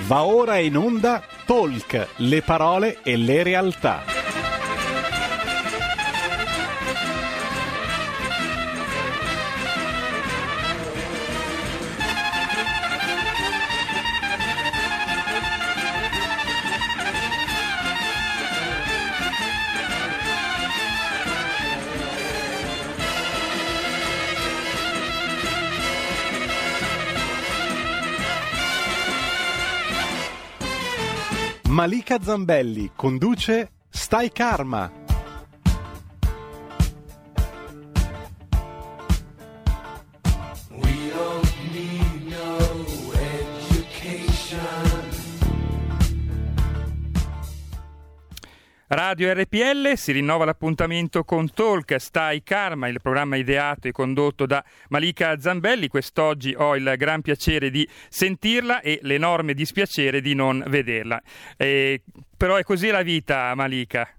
Va ora in onda Talk, le parole e le realtà. Malika Zambelli conduce Stai Karma. Radio RPL si rinnova l'appuntamento con Talk, Stai Karma, il programma ideato e condotto da Malika Zambelli. Quest'oggi ho il gran piacere di sentirla e l'enorme dispiacere di non vederla. Però è così la vita, Malika.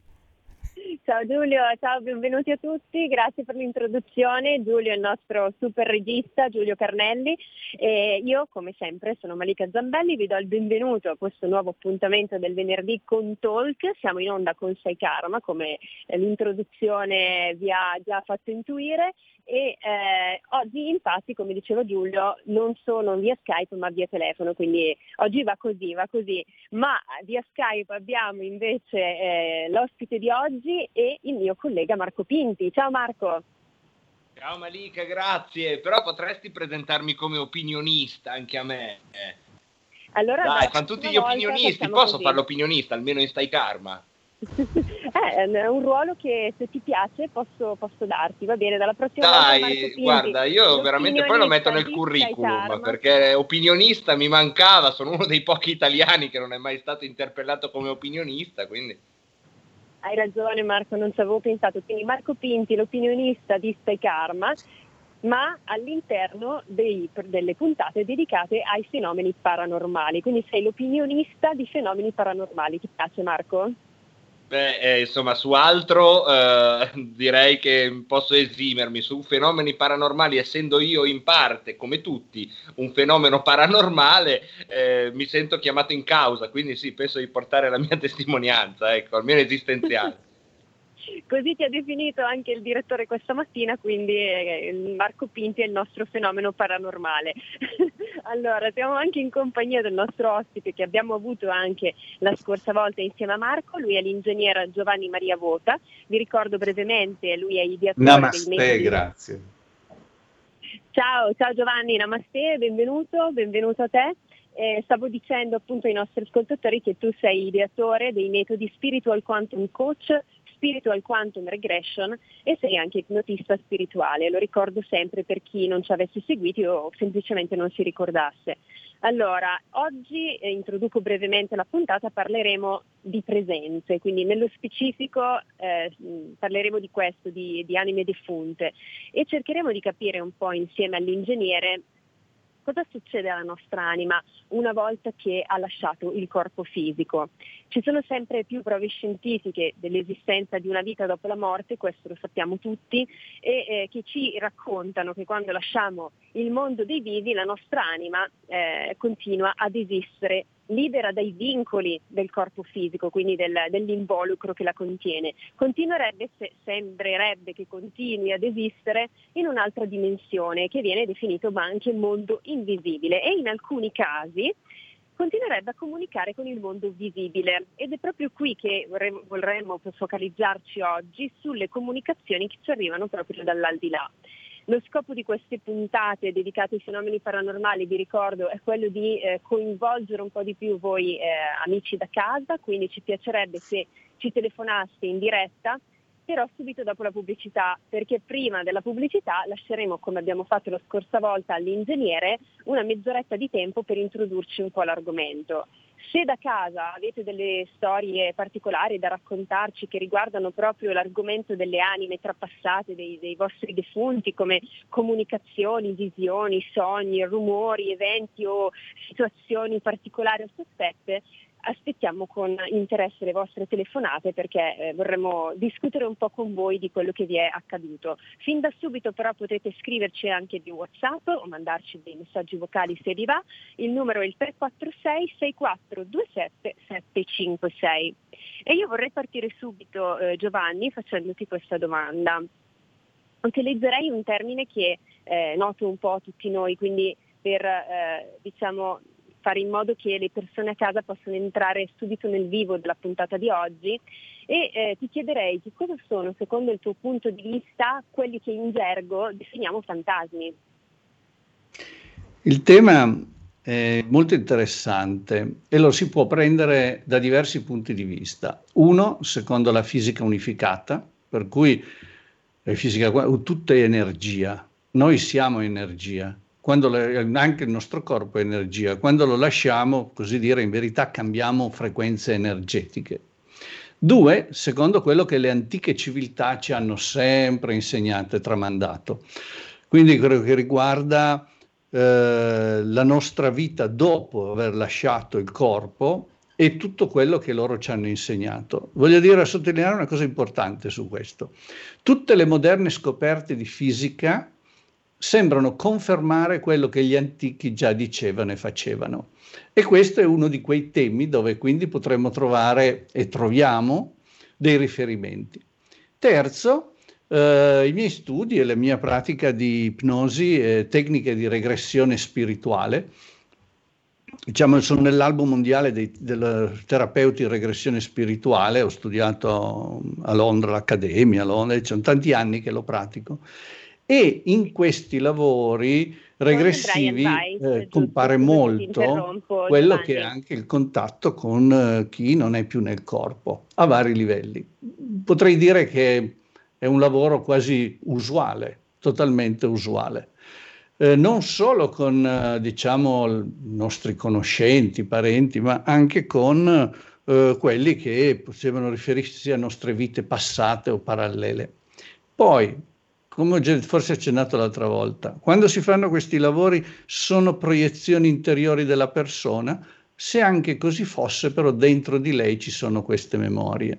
Ciao Giulio, ciao, benvenuti a tutti, grazie per l'introduzione. Giulio è il nostro super regista, Giulio Carnelli, e io come sempre sono Malika Zambelli, vi do il benvenuto a questo nuovo appuntamento del venerdì con Talk. Siamo in onda con Stai Karma, come l'introduzione vi ha già fatto intuire, e oggi infatti, come diceva Giulio, non sono via Skype ma via telefono, quindi oggi va così, ma via Skype abbiamo invece l'ospite di oggi e il mio collega Marco Pinti. Ciao Marco. Ciao Malika, grazie, però potresti presentarmi come opinionista anche a me. Allora, dai, fanno tutti gli opinionisti, posso fare l'opinionista almeno in Stai Karma? È un ruolo che se ti piace posso darti, va bene, dalla prossima volta. Dai, guarda, io veramente poi lo metto nel curriculum, perché opinionista mi mancava, sono uno dei pochi italiani che non è mai stato interpellato come opinionista, quindi... Hai ragione Marco, non ci avevo pensato, quindi Marco Pinti, l'opinionista di Stai Karma, ma all'interno delle puntate dedicate ai fenomeni paranormali, quindi sei l'opinionista di fenomeni paranormali. Ti piace Marco? Beh, insomma, su altro direi che posso esimermi. Su fenomeni paranormali, essendo io in parte, come tutti, un fenomeno paranormale, mi sento chiamato in causa, quindi sì, penso di portare la mia testimonianza, ecco, almeno esistenziale. Così ti ha definito anche il direttore questa mattina, quindi Marco Pinti è il nostro fenomeno paranormale. Allora, siamo anche in compagnia del nostro ospite che abbiamo avuto anche la scorsa volta insieme a Marco. Lui è l'ingegnere Giovanni Maria Vota. Vi ricordo brevemente, lui è ideatore Namaste, dei metodi... grazie. Ciao Giovanni, namaste, benvenuto a te. Stavo dicendo appunto ai nostri ascoltatori che tu sei ideatore dei metodi Spiritual Quantum Coach, Spiritual Quantum Regression e sei anche ipnotista spirituale. Lo ricordo sempre per chi non ci avesse seguiti o semplicemente non si ricordasse. Allora, oggi introduco brevemente la puntata, parleremo di presenze, quindi nello specifico parleremo di questo, di anime defunte, e cercheremo di capire un po' insieme all'ingegnere cosa succede alla nostra anima una volta che ha lasciato il corpo fisico. Ci sono sempre più prove scientifiche dell'esistenza di una vita dopo la morte, questo lo sappiamo tutti, e che ci raccontano che quando lasciamo il mondo dei vivi la nostra anima continua ad esistere libera dai vincoli del corpo fisico, quindi dell'involucro che la contiene. Sembrerebbe che continui ad esistere in un'altra dimensione che viene definito ma anche mondo invisibile, e in alcuni casi continuerebbe a comunicare con il mondo visibile, ed è proprio qui che vorremmo focalizzarci oggi, sulle comunicazioni che ci arrivano proprio dall'aldilà. Lo scopo di queste puntate dedicate ai fenomeni paranormali, vi ricordo, è quello di coinvolgere un po' di più voi amici da casa, quindi ci piacerebbe se ci telefonaste in diretta, però subito dopo la pubblicità, perché prima della pubblicità lasceremo, come abbiamo fatto la scorsa volta, all'ingegnere una mezz'oretta di tempo per introdurci un po' l'argomento. Se da casa avete delle storie particolari da raccontarci che riguardano proprio l'argomento delle anime trapassate dei vostri defunti, come comunicazioni, visioni, sogni, rumori, eventi o situazioni particolari o sospette, aspettiamo con interesse le vostre telefonate perché vorremmo discutere un po' con voi di quello che vi è accaduto. Fin da subito però potete scriverci anche di WhatsApp o mandarci dei messaggi vocali se vi va. Il numero è il 346 6427 756. E io vorrei partire subito, Giovanni, facendoti questa domanda. Utilizzerei un termine che è noto un po' a tutti noi, quindi per fare in modo che le persone a casa possano entrare subito nel vivo della puntata di oggi, e ti chiederei che cosa sono, secondo il tuo punto di vista, quelli che in gergo definiamo fantasmi. Il tema è molto interessante e lo si può prendere da diversi punti di vista. Uno, secondo la fisica unificata, per cui la fisica tutto è energia, noi siamo energia. Anche il nostro corpo è energia, quando lo lasciamo, così dire, in verità cambiamo frequenze energetiche. Due, secondo quello che le antiche civiltà ci hanno sempre insegnato e tramandato, quindi quello che riguarda la nostra vita dopo aver lasciato il corpo e tutto quello che loro ci hanno insegnato. Voglio sottolineare una cosa importante su questo. Tutte le moderne scoperte di fisica sembrano confermare quello che gli antichi già dicevano e facevano. E questo è uno di quei temi dove quindi potremmo trovare e troviamo dei riferimenti. Terzo, i miei studi e la mia pratica di ipnosi e tecniche di regressione spirituale, diciamo, sono nell'albo mondiale dei terapeuti in regressione spirituale, ho studiato a Londra, all'Accademia a Londra, sono tanti anni che lo pratico. E in questi lavori regressivi compare molto quello che è anche il contatto con chi non è più nel corpo, a vari livelli. Potrei dire che è un lavoro quasi usuale, totalmente usuale. Non solo con, i nostri conoscenti, parenti, ma anche con quelli che potevano riferirsi a nostre vite passate o parallele. Poi, come ho forse accennato l'altra volta, quando si fanno questi lavori sono proiezioni interiori della persona, se anche così fosse, però dentro di lei ci sono queste memorie.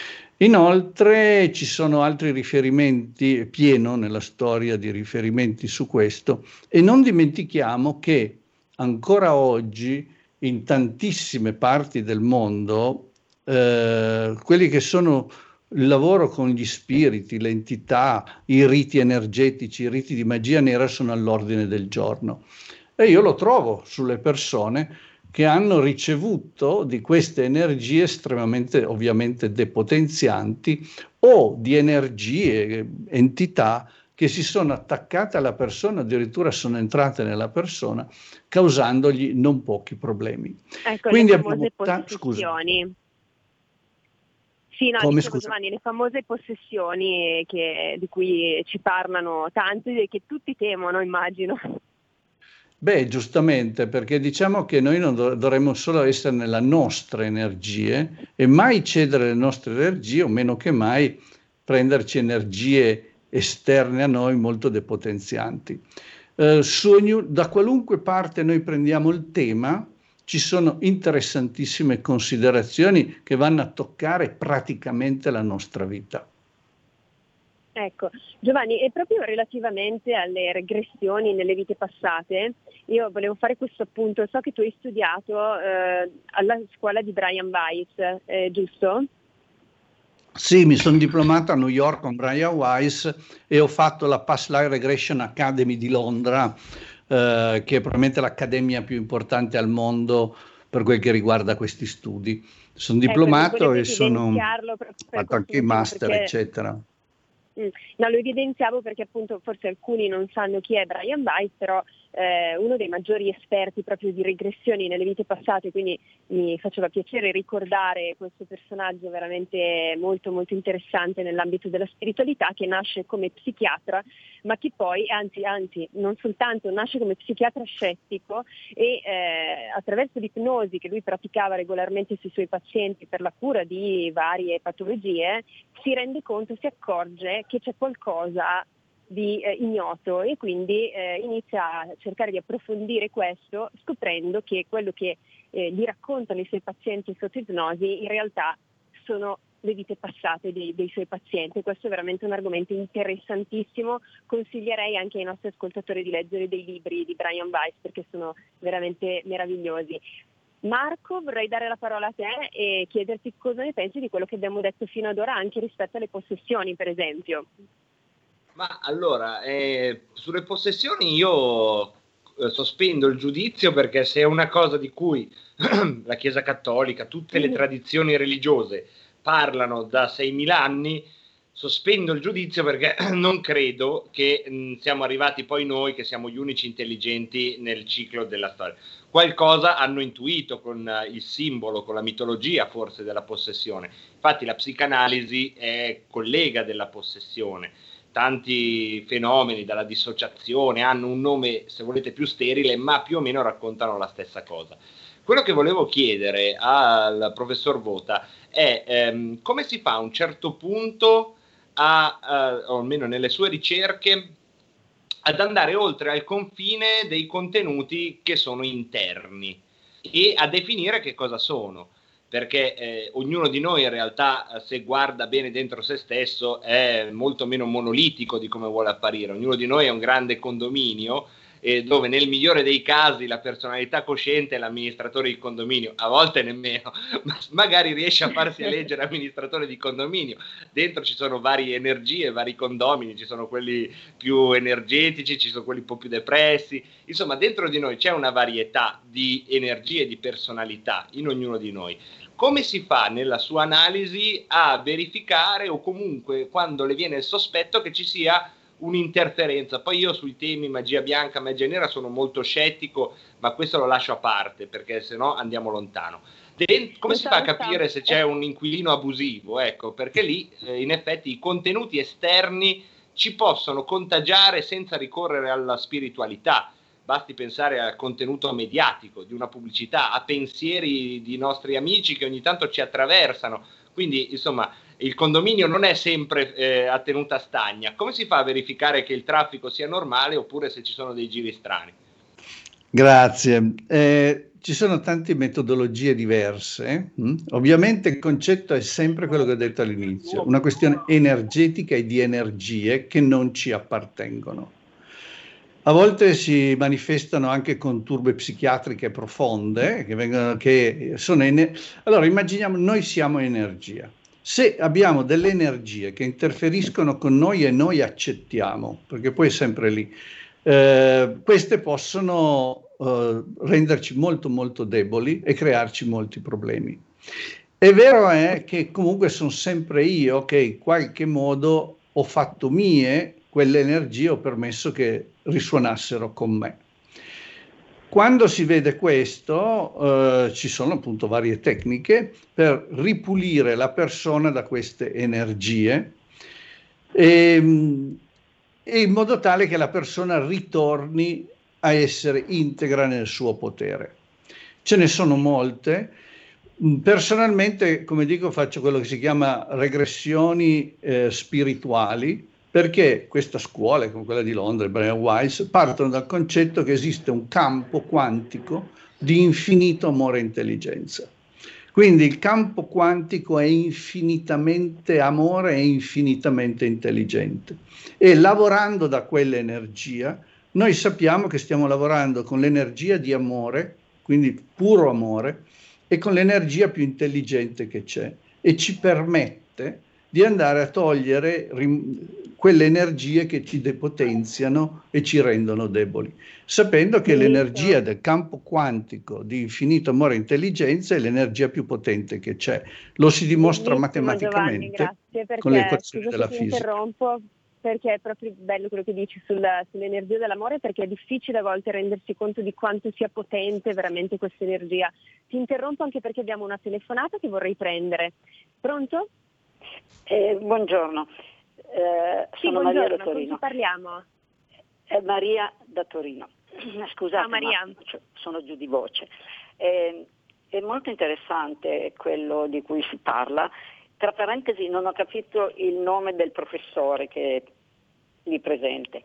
Inoltre ci sono altri riferimenti, è pieno nella storia di riferimenti su questo, e non dimentichiamo che ancora oggi in tantissime parti del mondo quelli che sono il lavoro con gli spiriti, le entità, i riti energetici, i riti di magia nera sono all'ordine del giorno. E io lo trovo sulle persone che hanno ricevuto di queste energie estremamente, ovviamente, depotenzianti, o di energie, entità che si sono attaccate alla persona, addirittura sono entrate nella persona, causandogli non pochi problemi. Ecco, quindi le famose possessioni. Sì, no, dicevo, Giovanni, le famose possessioni di cui ci parlano tanti e che tutti temono, immagino. Beh, giustamente, perché diciamo che noi non dovremmo solo essere nella nostra energie e mai cedere le nostre energie, o meno che mai prenderci energie esterne a noi molto depotenzianti. Da qualunque parte noi prendiamo il tema, ci sono interessantissime considerazioni che vanno a toccare praticamente la nostra vita. Ecco, Giovanni, e proprio relativamente alle regressioni nelle vite passate, io volevo fare questo appunto. So che tu hai studiato alla scuola di Brian Weiss, giusto? Sì, mi sono diplomato a New York con Brian Weiss e ho fatto la Past Life Regression Academy di Londra, che è probabilmente l'accademia più importante al mondo per quel che riguarda questi studi. Sono diplomato e sono fatto anche i master, eccetera. No, lo evidenziavo perché appunto forse alcuni non sanno chi è Brian Weiss, però uno dei maggiori esperti proprio di regressioni nelle vite passate, quindi mi faceva piacere ricordare questo personaggio veramente molto molto interessante nell'ambito della spiritualità, che nasce come psichiatra, ma che poi anzi non soltanto nasce come psichiatra scettico e attraverso l'ipnosi che lui praticava regolarmente sui suoi pazienti per la cura di varie patologie, si rende conto, si accorge che c'è qualcosa di ignoto, e quindi inizia a cercare di approfondire questo, scoprendo che quello che gli raccontano i suoi pazienti sotto ipnosi in realtà sono le vite passate dei suoi pazienti. Questo è veramente un argomento interessantissimo. Consiglierei anche ai nostri ascoltatori di leggere dei libri di Brian Weiss, perché sono veramente meravigliosi. Marco, vorrei dare la parola a te e chiederti cosa ne pensi di quello che abbiamo detto fino ad ora, anche rispetto alle possessioni, per esempio. Ma allora, sulle possessioni io sospendo il giudizio, perché se è una cosa di cui la Chiesa Cattolica, tutte le tradizioni religiose parlano da 6.000 anni, sospendo il giudizio, perché non credo che siamo arrivati poi noi che siamo gli unici intelligenti nel ciclo della storia. Qualcosa hanno intuito con il simbolo, con la mitologia forse della possessione. Infatti la psicanalisi è collega della possessione. Tanti fenomeni, dalla dissociazione, hanno un nome, se volete, più sterile, ma più o meno raccontano la stessa cosa. Quello che volevo chiedere al professor Vota è come si fa a un certo punto, o almeno nelle sue ricerche, ad andare oltre al confine dei contenuti che sono interni e a definire che cosa sono. Perché ognuno di noi in realtà, se guarda bene dentro se stesso, è molto meno monolitico di come vuole apparire. Ognuno di noi è un grande condominio, dove nel migliore dei casi la personalità cosciente è l'amministratore di condominio, a volte nemmeno, ma magari riesce a farsi eleggere amministratore di condominio. Dentro ci sono varie energie, vari condomini, ci sono quelli più energetici, ci sono quelli un po' più depressi. Insomma, dentro di noi c'è una varietà di energie e di personalità in ognuno di noi. Come si fa nella sua analisi a verificare, o comunque quando le viene il sospetto che ci sia un'interferenza? Poi io sui temi magia bianca, magia nera sono molto scettico, ma questo lo lascio a parte, perché sennò andiamo lontano. Come si fa a capire se c'è un inquilino abusivo? Ecco, perché lì in effetti i contenuti esterni ci possono contagiare senza ricorrere alla spiritualità. Basti pensare al contenuto mediatico di una pubblicità, a pensieri di nostri amici che ogni tanto ci attraversano. Quindi, insomma, il condominio non è sempre a tenuta stagna. Come si fa a verificare che il traffico sia normale, oppure se ci sono dei giri strani? Grazie. Ci sono tante metodologie diverse. Ovviamente il concetto è sempre quello che ho detto all'inizio, una questione energetica e di energie che non ci appartengono. A volte si manifestano anche con turbe psichiatriche profonde, Allora, immaginiamo, noi siamo energia. Se abbiamo delle energie che interferiscono con noi e noi accettiamo, perché poi è sempre lì, queste possono renderci molto molto deboli e crearci molti problemi. È vero che comunque sono sempre io che in qualche modo ho fatto mie quelle energie, ho permesso che risuonassero con me. Quando si vede questo, ci sono appunto varie tecniche per ripulire la persona da queste energie e in modo tale che la persona ritorni a essere integra nel suo potere. Ce ne sono molte. Personalmente, come dico, faccio quello che si chiama regressioni spirituali, perché questa scuola, come quella di Londra, Brian Weiss, partono dal concetto che esiste un campo quantico di infinito amore e intelligenza. Quindi il campo quantico è infinitamente amore e infinitamente intelligente. E lavorando da quell'energia, noi sappiamo che stiamo lavorando con l'energia di amore, quindi puro amore, e con l'energia più intelligente che c'è, e ci permette di andare a togliere quelle energie che ci depotenziano e ci rendono deboli, sapendo che l'energia del campo quantico di infinito amore e intelligenza è l'energia più potente che c'è. Lo si dimostra matematicamente con le equazioni della fisica. Interrompo, perché è proprio bello quello che dici sull'energia dell'amore, perché è difficile a volte rendersi conto di quanto sia potente veramente questa energia. Ti interrompo anche perché abbiamo una telefonata che vorrei prendere. Pronto? Buongiorno. Sono buongiorno. Maria da Torino. Con chi parliamo? Maria da Torino. Scusate, Maria. ma sono giù di voce. È molto interessante quello di cui si parla. Tra parentesi, non ho capito il nome del professore che lì presente.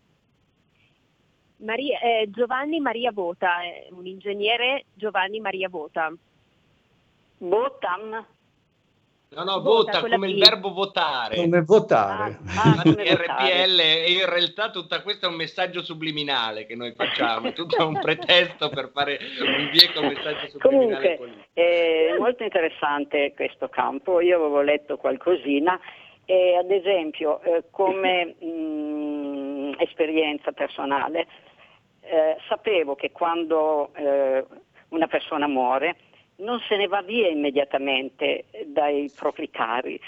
Giovanni Maria Vota, un ingegnere Giovanni Maria Vota. Botam? No, vota come il verbo votare. Come votare. Come RPL, e in realtà tutta questa è un messaggio subliminale che noi facciamo, è tutto un pretesto per fare un bieco messaggio subliminale. Comunque, è molto interessante questo campo. Io avevo letto qualcosina e ad esempio come esperienza personale sapevo che quando una persona muore non se ne va via immediatamente dai propri cari.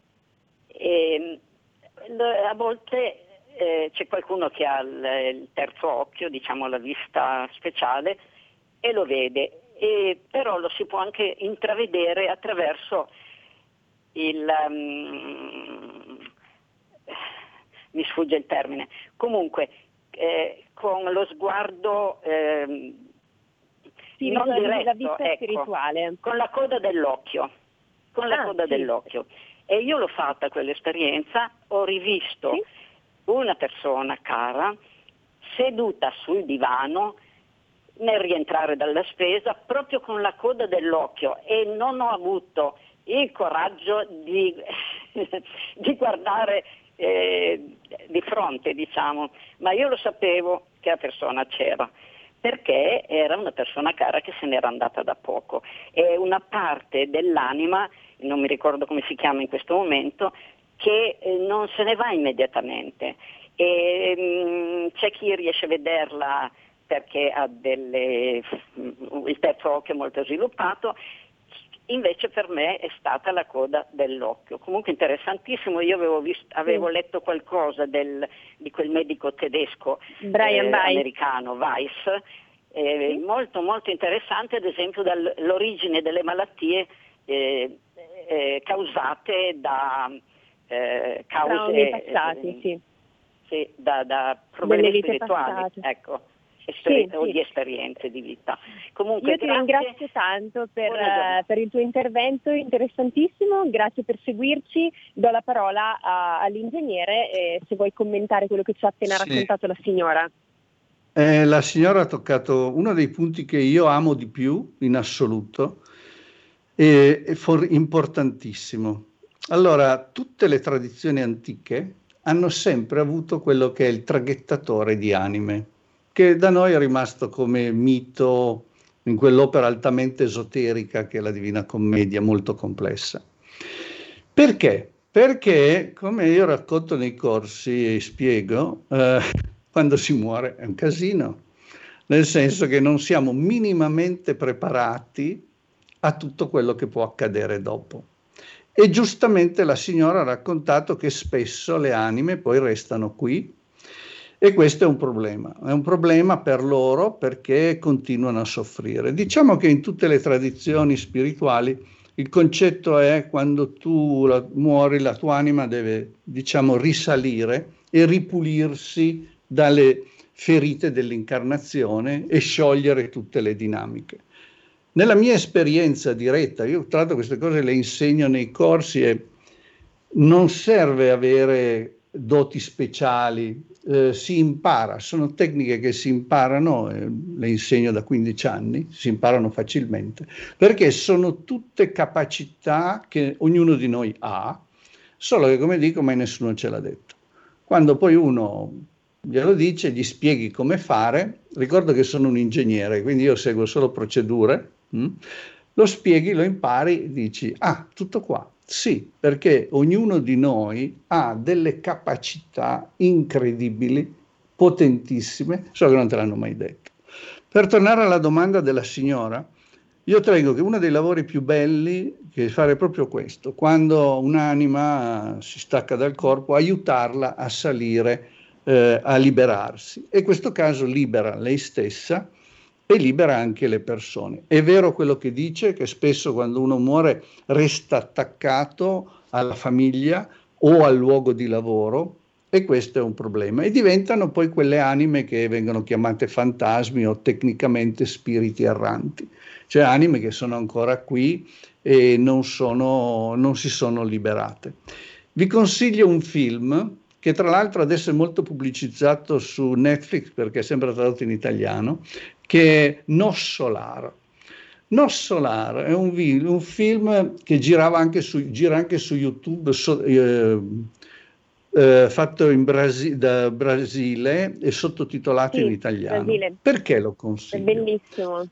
A volte c'è qualcuno che ha il terzo occhio, diciamo la vista speciale, e lo vede, però lo si può anche intravedere attraverso mi sfugge il termine, comunque con lo sguardo non diretto, la vista spirituale. con la coda dell'occhio, dell'occhio. E io l'ho fatta quell'esperienza, ho rivisto una persona cara seduta sul divano nel rientrare dalla spesa proprio con la coda dell'occhio, e non ho avuto il coraggio di guardare di fronte, diciamo, ma io lo sapevo che la persona c'era, perché era una persona cara che se n'era andata da poco, e una parte dell'anima, non mi ricordo come si chiama in questo momento, che non se ne va immediatamente, e c'è chi riesce a vederla perché ha il terzo occhio molto sviluppato. Invece per me è stata la coda dell'occhio. Comunque interessantissimo, io avevo letto qualcosa di quel medico tedesco americano, Weiss, molto molto interessante, ad esempio dall'origine delle malattie causate da cause passati, da problemi spirituali, ecco. O di esperienze di vita. Comunque, io ti ringrazio tanto per il tuo intervento interessantissimo, grazie per seguirci. Do la parola all'ingegnere se vuoi commentare quello che ci ha appena raccontato la signora. La signora ha toccato uno dei punti che io amo di più in assoluto, importantissimo. Allora, tutte le tradizioni antiche hanno sempre avuto quello che è il traghettatore di anime, che da noi è rimasto come mito in quell'opera altamente esoterica che è la Divina Commedia, molto complessa. Perché? Perché, come io racconto nei corsi e spiego, quando si muore è un casino, nel senso che non siamo minimamente preparati a tutto quello che può accadere dopo. E giustamente la signora ha raccontato che spesso le anime poi restano qui, e questo è un problema per loro perché continuano a soffrire. Diciamo che in tutte le tradizioni spirituali il concetto è quando tu muori la tua anima deve, diciamo, risalire e ripulirsi dalle ferite dell'incarnazione e sciogliere tutte le dinamiche. Nella mia esperienza diretta, io tra l'altro queste cose le insegno nei corsi e non serve avere doti speciali, si impara, sono tecniche che si imparano, le insegno da 15 anni, si imparano facilmente, perché sono tutte capacità che ognuno di noi ha, solo che come dico mai nessuno ce l'ha detto. Quando poi uno glielo dice, gli spieghi come fare, ricordo che sono un ingegnere, quindi io seguo solo procedure, lo spieghi, lo impari, dici, tutto qua. Sì, perché ognuno di noi ha delle capacità incredibili, potentissime, solo che non te l'hanno mai detto. Per tornare alla domanda della signora, io ritengo che uno dei lavori più belli è fare proprio questo, quando un'anima si stacca dal corpo, aiutarla a salire, a liberarsi. E in questo caso libera lei stessa e libera anche le persone. È vero quello che dice, che spesso quando uno muore resta attaccato alla famiglia o al luogo di lavoro, e questo è un problema. E diventano poi quelle anime che vengono chiamate fantasmi o tecnicamente spiriti erranti, cioè anime che sono ancora qui e non si sono liberate. Vi consiglio un film che tra l'altro adesso è molto pubblicizzato su Netflix perché è sempre tradotto in italiano, che è Nossolar. Nossolar è un film che gira anche su YouTube, fatto da Brasile e sottotitolato in italiano. Brasile. Perché lo consiglio? È bellissimo.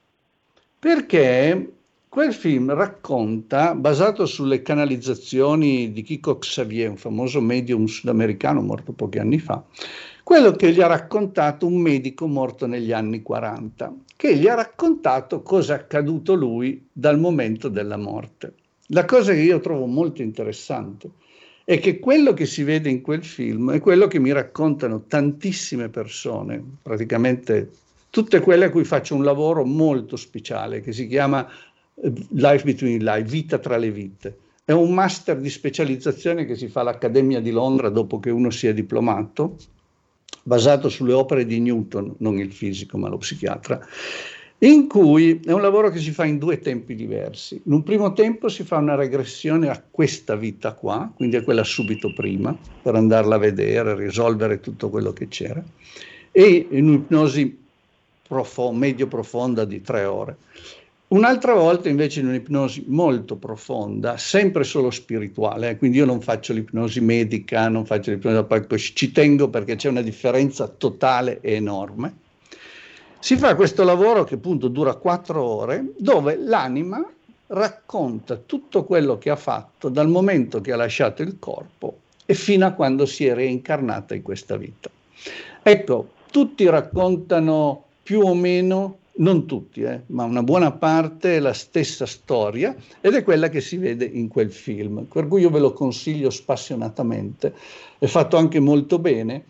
Perché quel film racconta, basato sulle canalizzazioni di Chico Xavier, un famoso medium sudamericano morto pochi anni fa, quello che gli ha raccontato un medico morto negli anni 40, che gli ha raccontato cosa è accaduto lui dal momento della morte. La cosa che io trovo molto interessante è che quello che si vede in quel film è quello che mi raccontano tantissime persone, praticamente tutte quelle a cui faccio un lavoro molto speciale, che si chiama Life Between Life, vita tra le vite. È un master di specializzazione che si fa all'Accademia di Londra dopo che uno si è diplomato, basato sulle opere di Newton, non il fisico ma lo psichiatra, in cui è un lavoro che si fa in due tempi diversi. In un primo tempo si fa una regressione a questa vita qua, quindi a quella subito prima, per andarla a vedere, risolvere tutto quello che c'era, e in un'ipnosi medio profonda di 3 ore. Un'altra volta invece in un'ipnosi molto profonda, sempre solo spirituale, quindi io non faccio l'ipnosi medica, non faccio l'ipnosi, ci tengo perché c'è una differenza totale e enorme. Si fa questo lavoro che appunto dura 4 ore, dove l'anima racconta tutto quello che ha fatto dal momento che ha lasciato il corpo e fino a quando si è reincarnata in questa vita. Ecco, tutti raccontano più o meno, non tutti, ma una buona parte, la stessa storia, ed è quella che si vede in quel film, per cui io ve lo consiglio spassionatamente, è fatto anche molto bene,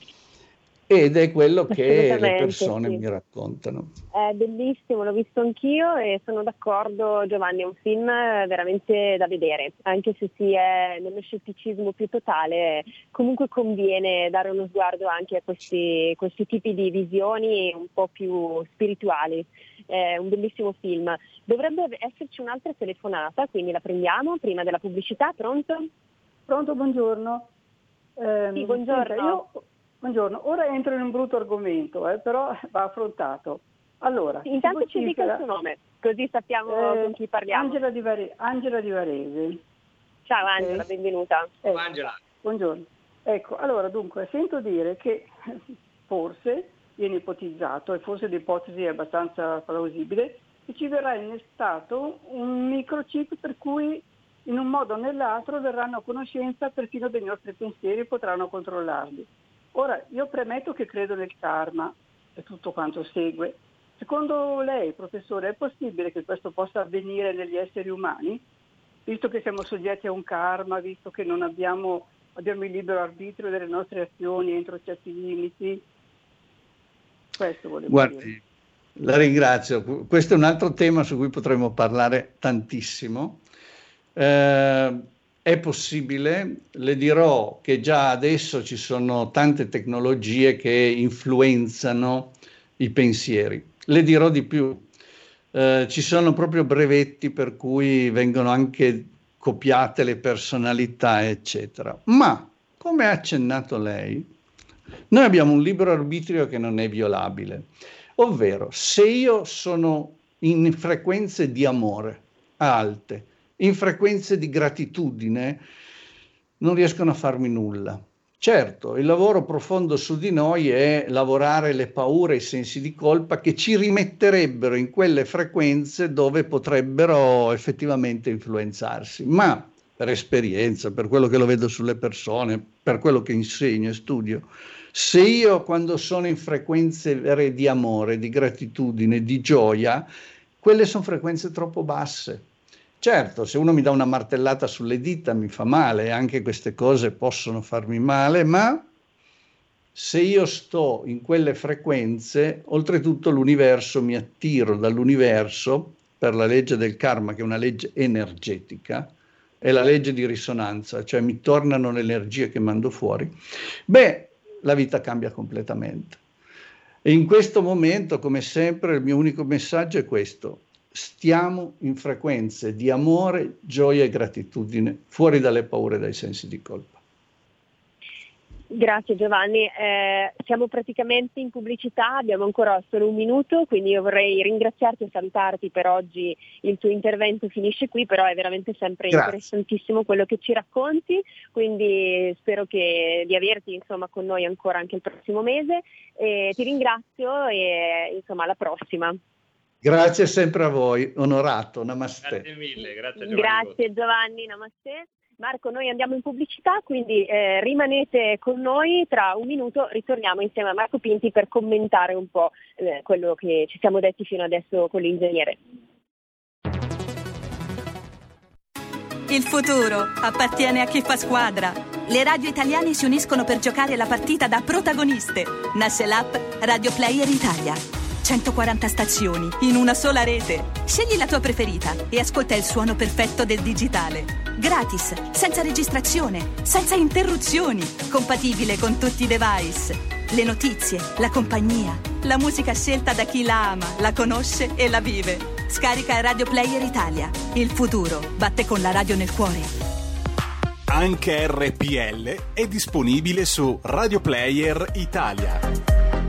ed è quello che le persone mi raccontano. È bellissimo, l'ho visto anch'io e sono d'accordo, Giovanni, è un film veramente da vedere, anche se si è nello scetticismo più totale, comunque conviene dare uno sguardo anche a questi tipi di visioni un po' più spirituali. È un bellissimo film. Dovrebbe esserci un'altra telefonata, quindi la prendiamo prima della pubblicità. Pronto? Pronto, buongiorno. Sì, buongiorno. Senta, buongiorno, ora entro in un brutto argomento, però va affrontato. Allora, intanto ci dica il suo nome, così sappiamo con chi parliamo. Angela di Varese. Ciao Angela, benvenuta. Angela. Buongiorno. Ecco, allora dunque, sento dire che forse viene ipotizzato, e forse l'ipotesi è abbastanza plausibile, che ci verrà innestato un microchip per cui in un modo o nell'altro verranno a conoscenza perfino dei nostri pensieri e potranno controllarli. Ora, io premetto che credo nel karma e tutto quanto segue. Secondo lei, professore, è possibile che questo possa avvenire negli esseri umani? Visto che siamo soggetti a un karma, visto che non abbiamo il libero arbitrio delle nostre azioni entro certi limiti? Questo volevo dire. La ringrazio. Questo è un altro tema su cui potremmo parlare tantissimo. È possibile, le dirò che già adesso ci sono tante tecnologie che influenzano i pensieri. Le dirò di più, ci sono proprio brevetti per cui vengono anche copiate le personalità, eccetera. Ma, come ha accennato lei, noi abbiamo un libero arbitrio che non è violabile, ovvero se io sono in frequenze di amore alte, in frequenze di gratitudine, non riescono a farmi nulla. Certo, il lavoro profondo su di noi è lavorare le paure e i sensi di colpa che ci rimetterebbero in quelle frequenze dove potrebbero effettivamente influenzarsi. Ma per esperienza, per quello che lo vedo sulle persone, per quello che insegno e studio, se io quando sono in frequenze vere di amore, di gratitudine, di gioia, quelle sono frequenze troppo basse. Certo, se uno mi dà una martellata sulle dita mi fa male, anche queste cose possono farmi male, ma se io sto in quelle frequenze, oltretutto l'universo mi attiro dall'universo per la legge del karma, che è una legge energetica, è la legge di risonanza, cioè mi tornano le energie che mando fuori, la vita cambia completamente. E in questo momento, come sempre, il mio unico messaggio è questo: stiamo in frequenze di amore, gioia e gratitudine, fuori dalle paure e dai sensi di colpa. Grazie Giovanni, siamo praticamente in pubblicità, abbiamo ancora solo un minuto, quindi io vorrei ringraziarti e salutarti per oggi. Il tuo intervento finisce qui, però è veramente sempre interessantissimo quello che ci racconti, quindi spero di averti insomma con noi ancora anche il prossimo mese. Ti ringrazio e insomma alla prossima. Grazie sempre a voi, onorato, namaste. Grazie mille, grazie Giovanni. Grazie Giovanni, namaste. Marco, noi andiamo in pubblicità, quindi rimanete con noi, tra un minuto ritorniamo insieme a Marco Pinti per commentare un po' quello che ci siamo detti fino adesso con l'ingegnere. Il futuro appartiene a chi fa squadra. Le radio italiane si uniscono per giocare la partita da protagoniste. Nasce l'app Radio Player Italia. 140 stazioni in una sola rete. Scegli la tua preferita e ascolta il suono perfetto del digitale. Gratis, senza registrazione, senza interruzioni, compatibile con tutti i device. Le notizie, la compagnia, la musica scelta da chi la ama, la conosce e la vive. Scarica Radio Player Italia. Il futuro batte con la radio nel cuore. Anche RPL è disponibile su Radio Player Italia.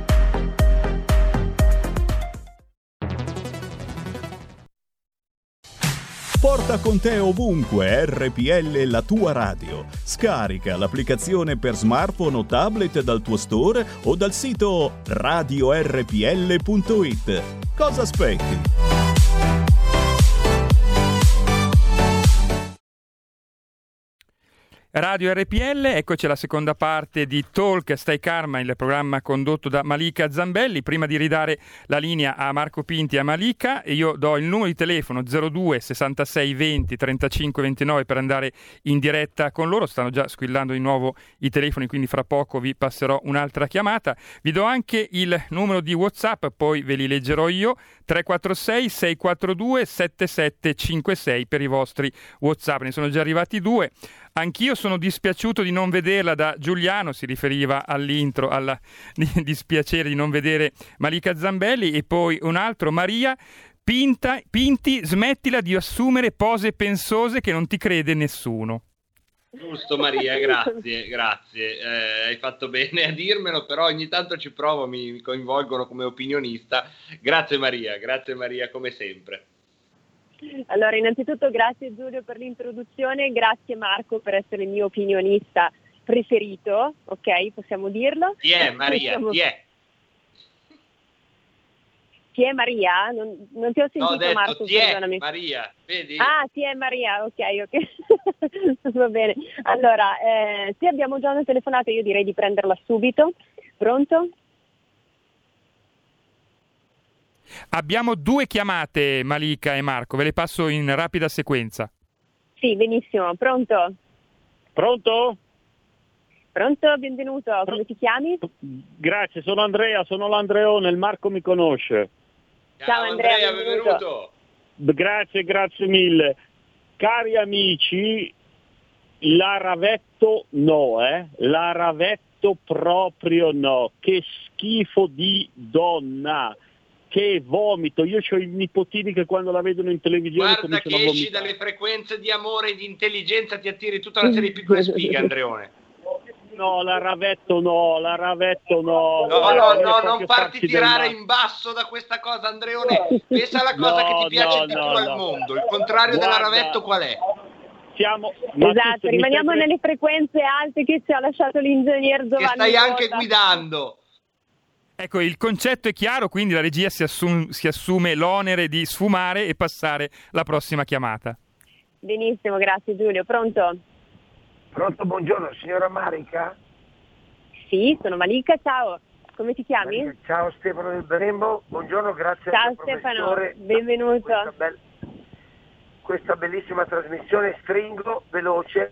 Porta con te ovunque RPL, la tua radio. Scarica l'applicazione per smartphone o tablet dal tuo store o dal sito radiorpl.it. Cosa aspetti? Radio RPL, eccoci alla seconda parte di Talk Stai Karma, il programma condotto da Malika Zambelli. Prima di ridare la linea a Marco Pinti e a Malika, io do il numero di telefono 02 66 20 35 29 per andare in diretta con loro. Stanno già squillando di nuovo i telefoni, quindi fra poco vi passerò un'altra chiamata. Vi do anche il numero di WhatsApp, poi ve li leggerò io, 346 642 7756 per i vostri WhatsApp. Ne sono già arrivati 2. Anch'io sono dispiaciuto di non vederla, da Giuliano, si riferiva all'intro, al dispiacere di non vedere Malika Zambelli. E poi un altro, Maria Pinti, smettila di assumere pose pensose che non ti crede nessuno. Giusto Maria, grazie. Hai fatto bene a dirmelo, però ogni tanto ci provo, mi coinvolgono come opinionista. Grazie Maria, come sempre. Allora, innanzitutto grazie Giulio per l'introduzione, grazie Marco per essere il mio opinionista preferito, ok? Possiamo dirlo? Chi è Maria? Chi è Maria? Non ti ho sentito, ho detto, Marco, perdonami. Maria, vedi? Ah, chi è Maria, ok. Va bene. Allora, se abbiamo già una telefonata io direi di prenderla subito. Pronto? Abbiamo 2 chiamate, Malika e Marco, ve le passo in rapida sequenza. Sì, benissimo. Pronto? Pronto, benvenuto. Come ti chiami? grazie, sono Andrea, sono l'Andreone, il Marco mi conosce. Ciao Andrea, benvenuto. Grazie mille. Cari amici, la Ravetto no, la Ravetto proprio no, che schifo di donna. Che vomito, io ho i nipotini che quando la vedono in televisione guarda cominciano che a vomitare. esci dalle frequenze di amore e di intelligenza, ti attiri tutta una serie di piccole sfighe, Andreone. No, la Ravetto no. No, non farti tirare in basso da questa cosa, Andreone. Pensa alla cosa che ti piace di più al mondo. Il contrario della Ravetto qual è? Esatto, rimaniamo nelle frequenze alte che ci ha lasciato l'ingegner Giovanni. Che stai anche guidando. Ecco, il concetto è chiaro, quindi la regia si assume l'onere di sfumare e passare la prossima chiamata. Benissimo, grazie Giulio. Pronto, buongiorno, signora Marica? Sì, sono Malika, ciao. Come ti chiami? Marica, ciao, Stefano del Berembo, buongiorno, grazie ciao al Stefano, benvenuto. Questa bellissima trasmissione, stringo, veloce.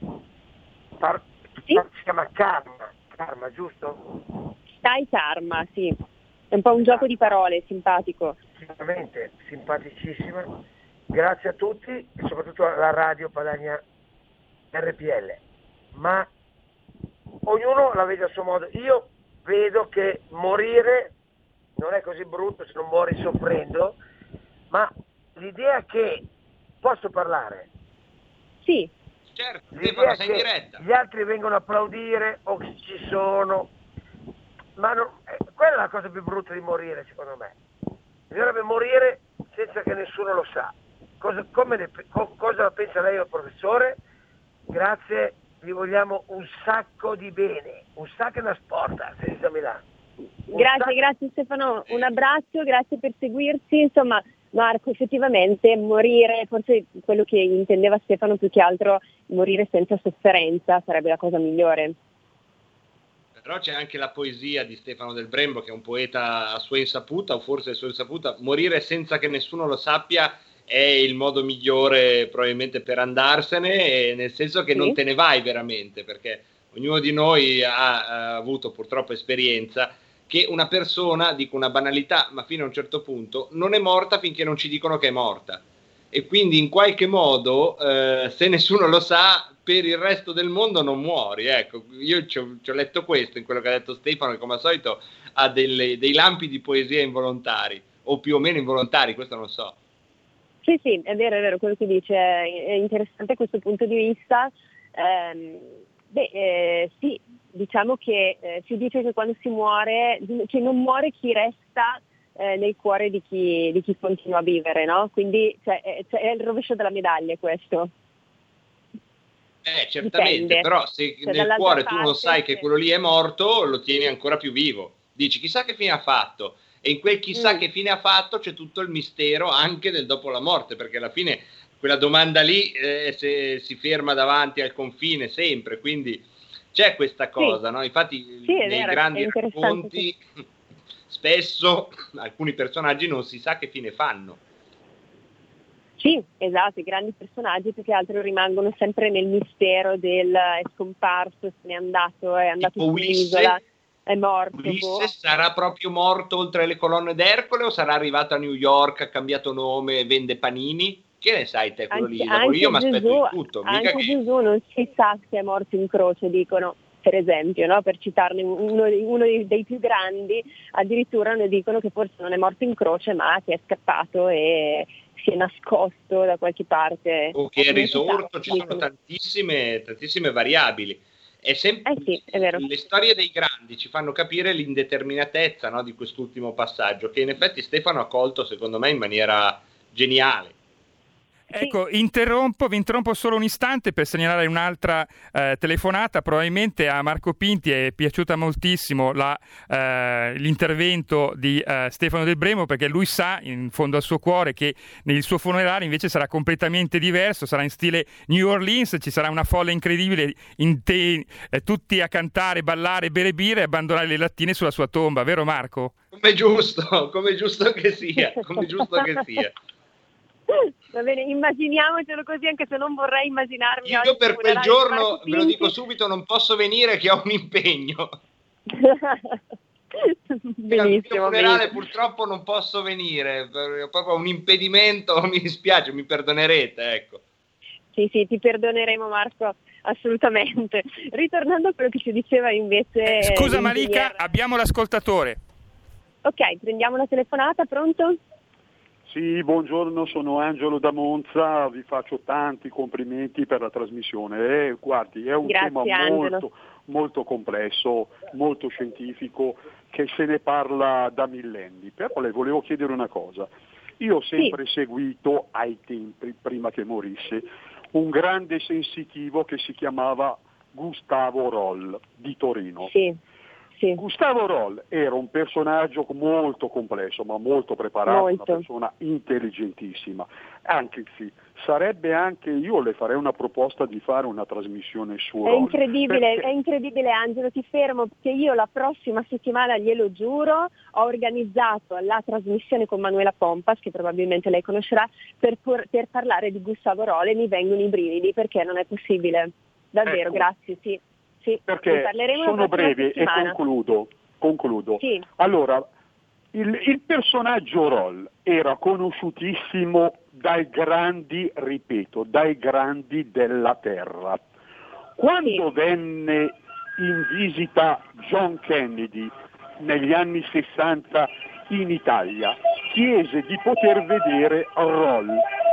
Sì? Si chiama Karma, giusto? Stai Karma, sì. È un po' un gioco di parole, simpatico. Sicuramente, simpaticissima. Grazie a tutti e soprattutto alla radio Padania RPL. Ma ognuno la vede a suo modo. Io vedo che morire non è così brutto se non muori soffrendo, ma l'idea che posso parlare? Sì. Certo, l'idea sei in che diretta. gli altri vengono a applaudire o che ci sono, ma quella è la cosa più brutta di morire, secondo me. Bisognerebbe morire senza che nessuno lo sa. Cosa pensa lei, professore? Grazie, vi vogliamo un sacco di bene, un sacco da sport, si dice a Milano. Grazie Stefano, un abbraccio, grazie per seguirci. Insomma, Marco, effettivamente morire, forse quello che intendeva Stefano più che altro, morire senza sofferenza sarebbe la cosa migliore. Però c'è anche la poesia di Stefano Del Brembo, che è un poeta a sua insaputa, o forse a sua insaputa. Morire senza che nessuno lo sappia è il modo migliore probabilmente per andarsene, nel senso che non te ne vai veramente, perché ognuno di noi ha avuto purtroppo esperienza che una persona, dico una banalità, ma fino a un certo punto, non è morta finché non ci dicono che è morta. E quindi in qualche modo, se nessuno lo sa, per il resto del mondo non muori. Ecco, io ci ho letto questo in quello che ha detto Stefano, che come al solito ha dei lampi di poesia involontari, o più o meno involontari, questo non so. Sì, è vero quello che dice, è interessante questo punto di vista. Sì, diciamo che si dice che quando si muore, che non muore chi resta nel cuore di chi continua a vivere, no? Quindi è il rovescio della medaglia questo. Certamente, Dipende. Però se nel cuore tu non sai che quello lì è morto, lo tieni ancora più vivo. Dici, chissà che fine ha fatto. E in quel chissà che fine ha fatto c'è tutto il mistero anche del dopo la morte, perché alla fine quella domanda lì se si ferma davanti al confine sempre, quindi c'è questa cosa, no? Infatti nei grandi racconti spesso alcuni personaggi non si sa che fine fanno. Sì, esatto, i grandi personaggi più che altro rimangono sempre nel mistero del è scomparso, se n'è andato sull'isola, è morto. Ulisse sarà proprio morto oltre le colonne d'Ercole o sarà arrivato a New York, ha cambiato nome, vende panini? Che ne sai te quello lì? Io mi aspetto di tutto. Anche Gesù non si sa se è morto in croce, dicono, per esempio, no? Per citarne uno dei più grandi, addirittura ne dicono che forse non è morto in croce ma che è scappato e si è nascosto da qualche parte. O che è risorto, ci sono tantissime variabili. È sempre, è vero. Le storie dei grandi ci fanno capire l'indeterminatezza, no, di quest'ultimo passaggio, che in effetti Stefano ha colto secondo me in maniera geniale. Ecco, vi interrompo solo un istante per segnalare un'altra telefonata. Probabilmente a Marco Pinti è piaciuta moltissimo l'intervento di Stefano Del Brembo, perché lui sa in fondo al suo cuore che nel suo funerale invece sarà completamente diverso, sarà in stile New Orleans, ci sarà una folla incredibile, tutti a cantare, ballare, bere birra e abbandonare le lattine sulla sua tomba, vero Marco? Come giusto che sia, Va bene, immaginiamocelo così, anche se non vorrei immaginarmi. Io per quel giorno, ve lo dico subito, non posso venire che ho un impegno. Benissimo. Al mio funerale purtroppo non posso venire, ho proprio un impedimento, mi dispiace, mi perdonerete, ecco. Sì, ti perdoneremo Marco, assolutamente. Ritornando a quello che ci diceva invece... Scusa Malika, abbiamo l'ascoltatore. Ok, prendiamo la telefonata, pronto? Sì, buongiorno, sono Angelo da Monza, vi faccio tanti complimenti per la trasmissione. Guardi, è un tema molto complesso, molto scientifico, che se ne parla da millenni. Però le volevo chiedere una cosa. Io ho sempre seguito, ai tempi, prima che morisse, un grande sensitivo che si chiamava Gustavo Roll, di Torino. Sì. Gustavo Roll era un personaggio molto complesso, ma molto preparato, una persona intelligentissima. Anche io le farei una proposta di fare una trasmissione su Roll. È incredibile Angelo, ti fermo, perché io la prossima settimana, glielo giuro, ho organizzato la trasmissione con Manuela Pompas, che probabilmente lei conoscerà, per parlare di Gustavo Roll, e mi vengono i brividi, perché non è possibile. Davvero, grazie, sì. Perché sono breve e concludo. Sì. Allora, il personaggio Roll era conosciutissimo dai grandi della Terra. Quando venne in visita John Kennedy negli anni 60 in Italia, chiese di poter vedere Roll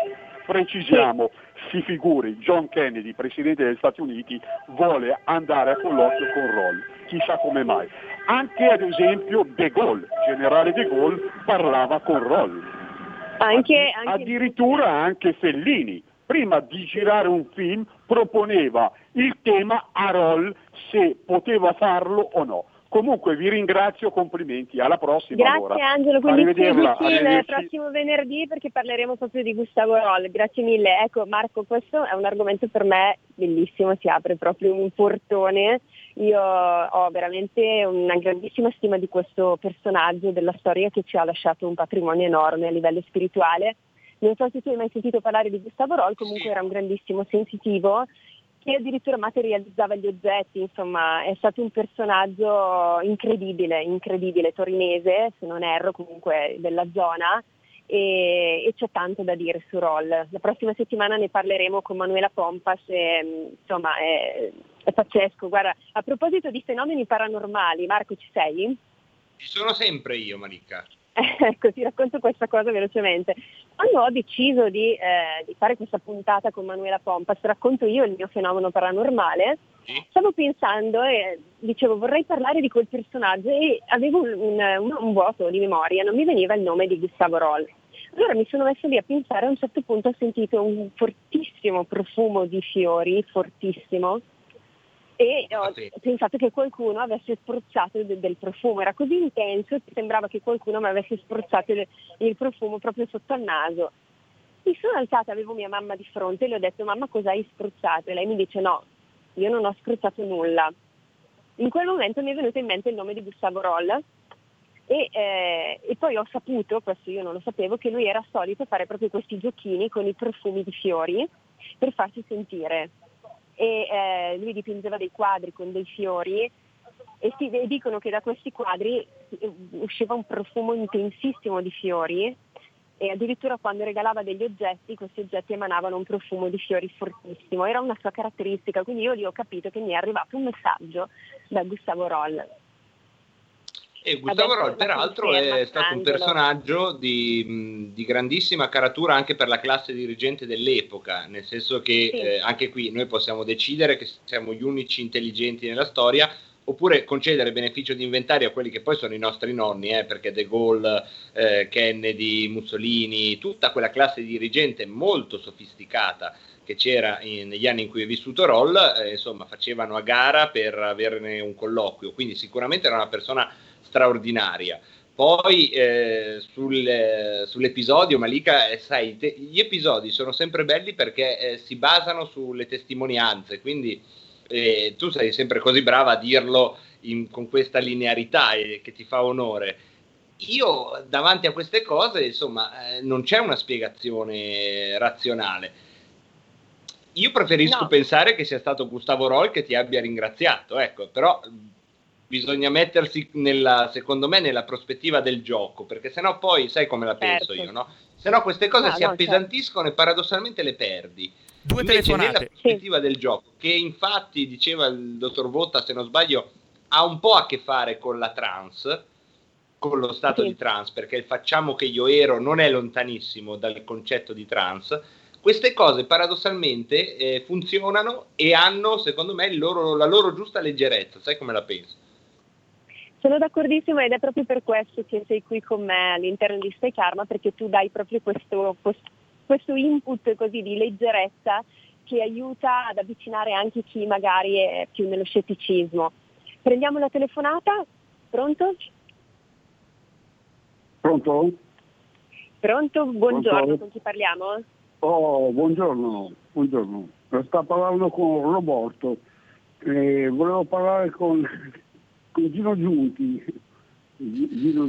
Precisiamo, si figuri, John Kennedy, presidente degli Stati Uniti, vuole andare a colloquio con Roll, chissà come mai. Anche ad esempio De Gaulle, generale De Gaulle, parlava con Roll. Addirittura anche Fellini, prima di girare un film, proponeva il tema a Roll se poteva farlo o no. Comunque vi ringrazio, complimenti, alla prossima. Grazie allora. Angelo, quindi seguici il arrivederci. prossimo venerdì perché parleremo proprio di Gustavo Roll. Grazie mille. Ecco Marco, questo è un argomento per me bellissimo, si apre proprio un portone. Io ho veramente una grandissima stima di questo personaggio della storia che ci ha lasciato un patrimonio enorme a livello spirituale. Non so se tu hai mai sentito parlare di Gustavo Roll, comunque era un grandissimo sensitivo che addirittura materializzava gli oggetti, insomma è stato un personaggio incredibile, torinese se non erro, comunque della zona, e c'è tanto da dire su Roll. La prossima settimana ne parleremo con Manuela Pompas e, insomma è pazzesco. Guarda, a proposito di fenomeni paranormali, Marco, ci sei? Ci sono sempre io, Malika. Ecco, ti racconto questa cosa velocemente. Quando ho deciso di fare questa puntata con Manuela Pompas, racconto io il mio fenomeno paranormale, stavo pensando e dicevo vorrei parlare di quel personaggio e avevo un vuoto di memoria, non mi veniva il nome di Gustavo Roll. Allora mi sono messa lì a pensare, a un certo punto ho sentito un fortissimo profumo di fiori, fortissimo, e ho pensato che qualcuno avesse spruzzato del profumo, era così intenso che sembrava che qualcuno mi avesse spruzzato il profumo proprio sotto al naso. Mi sono alzata, avevo mia mamma di fronte e le ho detto: mamma, cosa hai spruzzato? E lei mi dice: no, io non ho spruzzato nulla. In quel momento mi è venuto in mente il nome di Gustavo Roll e poi ho saputo, questo io non lo sapevo, che lui era solito fare proprio questi giochini con i profumi di fiori per farsi sentire. E lui dipingeva dei quadri con dei fiori e dicono che da questi quadri usciva un profumo intensissimo di fiori e addirittura quando regalava degli oggetti, questi oggetti emanavano un profumo di fiori fortissimo, era una sua caratteristica, quindi io lì ho capito che mi è arrivato un messaggio da Gustavo Roll. E Gustavo Roll peraltro è stato un personaggio di grandissima caratura anche per la classe dirigente dell'epoca, nel senso che anche qui noi possiamo decidere che siamo gli unici intelligenti nella storia oppure concedere beneficio di inventario a quelli che poi sono i nostri nonni, perché De Gaulle, Kennedy, Mussolini, tutta quella classe dirigente molto sofisticata che c'era negli anni in cui è vissuto Roll, insomma facevano a gara per averne un colloquio, quindi sicuramente era una persona straordinaria. Poi sull'episodio, Malika, sai, gli episodi sono sempre belli perché si basano sulle testimonianze, quindi tu sei sempre così brava a dirlo con questa linearità che ti fa onore. Io davanti a queste cose, insomma, non c'è una spiegazione razionale. Io preferisco pensare che sia stato Gustavo Roll che ti abbia ringraziato, ecco, però bisogna mettersi secondo me nella prospettiva del gioco, perché sennò poi sai come la penso io, no? Sennò queste cose si appesantiscono e paradossalmente le perdi. Invece nella prospettiva del gioco, che infatti diceva il dottor Votta, se non sbaglio, ha un po' a che fare con la trance, con lo stato di trance, perché il facciamo che io ero non è lontanissimo dal concetto di trance. Queste cose paradossalmente funzionano e hanno, secondo me, la loro giusta leggerezza. Sai come la penso? Sono d'accordissimo ed è proprio per questo che sei qui con me all'interno di Stai Karma, perché tu dai proprio questo input così di leggerezza che aiuta ad avvicinare anche chi magari è più nello scetticismo. Prendiamo la telefonata? Pronto? Pronto? Pronto? Buongiorno, con chi parliamo? Oh, buongiorno. Sta parlando con Roberto. Volevo parlare con Gino Giunti, Gino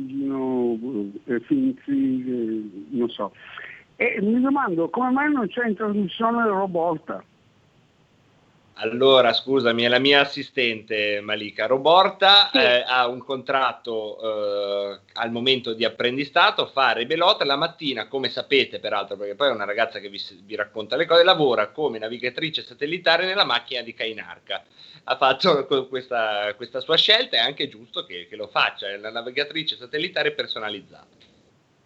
Finzi, non so. E mi domando come mai non c'è in trasmissione Roborta. Allora, scusami, è la mia assistente Malika. Roborta ha un contratto al momento di apprendistato, fa Rebelota la mattina, come sapete peraltro, perché poi è una ragazza che vi racconta le cose, lavora come navigatrice satellitare nella macchina di Cainarca. Ha fatto questa sua scelta, è anche giusto che lo faccia, è la navigatrice satellitare personalizzata.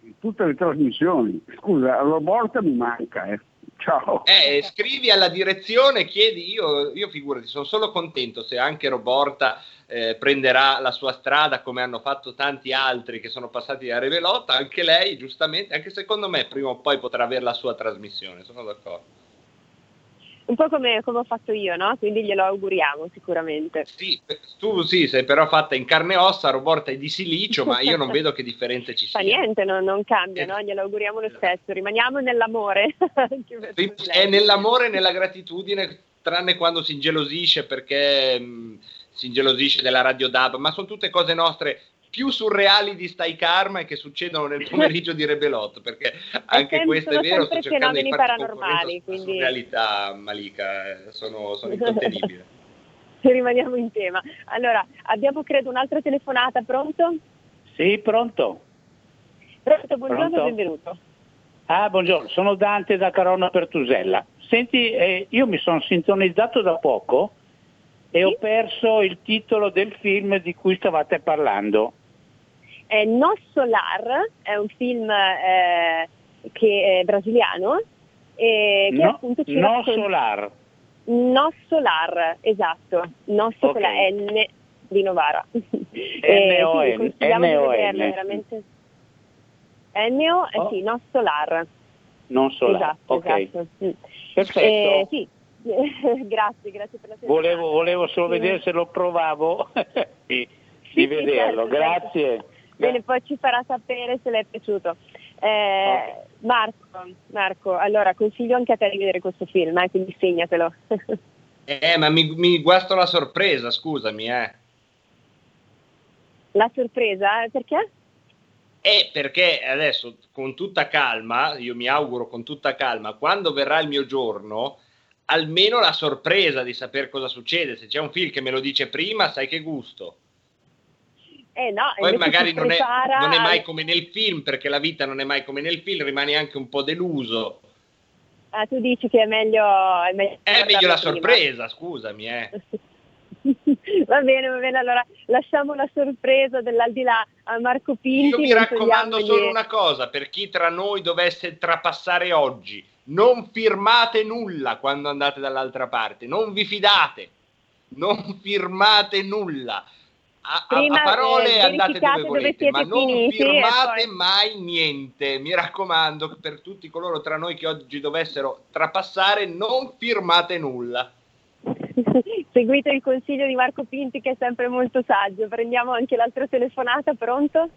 tutte le trasmissioni. Scusa, Roborta mi manca, Ciao. Scrivi alla direzione, chiedi, io figurati, sono solo contento se anche Roborta prenderà la sua strada come hanno fatto tanti altri che sono passati da Rebelotta, anche lei giustamente, anche secondo me prima o poi potrà avere la sua trasmissione, sono d'accordo. Un po' come ho fatto io, no? Quindi glielo auguriamo sicuramente. Sì, tu sei però fatta in carne e ossa, Roborta è di silicio, ma io non vedo che differenze ci Fa siano. niente, non cambia, no? Glielo auguriamo lo stesso, rimaniamo nell'amore. È nell'amore e nella gratitudine, tranne quando si ingelosisce perché si ingelosisce della Radio DAB, ma sono tutte cose nostre più surreali di Stai Karma e che succedono nel pomeriggio di Rebelot, perché anche questo è vero, sto cercando di farti paranormali, quindi surrealità, Malika, sono incontenibile. Rimaniamo in tema. Allora, abbiamo credo un'altra telefonata, pronto? Sì, pronto. Pronto, buongiorno, benvenuto. Buongiorno, sono Dante da Carona Pertusella. Senti, io mi sono sintonizzato da poco e ho perso il titolo del film di cui stavate parlando. No Solar è un film che è brasiliano che appunto ci Solar. No Solar, esatto. No Solar, N di Novara. N-O-N. Consigliamo di vederlo veramente. N-O, sì, No Solar. Non Solar, esatto. Perfetto. Sì. grazie per la telefonata. Volevo solo vedere se lo provavo di vederlo, certo, grazie. Certo. Bene, poi ci farà sapere se le è piaciuto. Marco, allora consiglio anche a te di vedere questo film, quindi segnatelo. Ma mi guasto la sorpresa, scusami. La sorpresa? Perché? Perché adesso con tutta calma, io mi auguro con tutta calma, quando verrà il mio giorno, almeno la sorpresa di sapere cosa succede. Se c'è un film che me lo dice prima, sai che gusto. No, poi magari non è mai come nel film, perché la vita non è mai come nel film, rimani anche un po' deluso. Tu dici che è meglio la sorpresa, scusami. Va bene, allora lasciamo la sorpresa dell'aldilà a Marco Pinti. Io mi raccomando solo una cosa, per chi tra noi dovesse trapassare oggi: non firmate nulla quando andate dall'altra parte, non vi fidate, non firmate nulla. A parole andate dove volete, ma non firmate mai niente. Mi raccomando, per tutti coloro tra noi che oggi dovessero trapassare, non firmate nulla. Seguite il consiglio di Marco Pinti, che è sempre molto saggio. Prendiamo anche l'altra telefonata, pronto?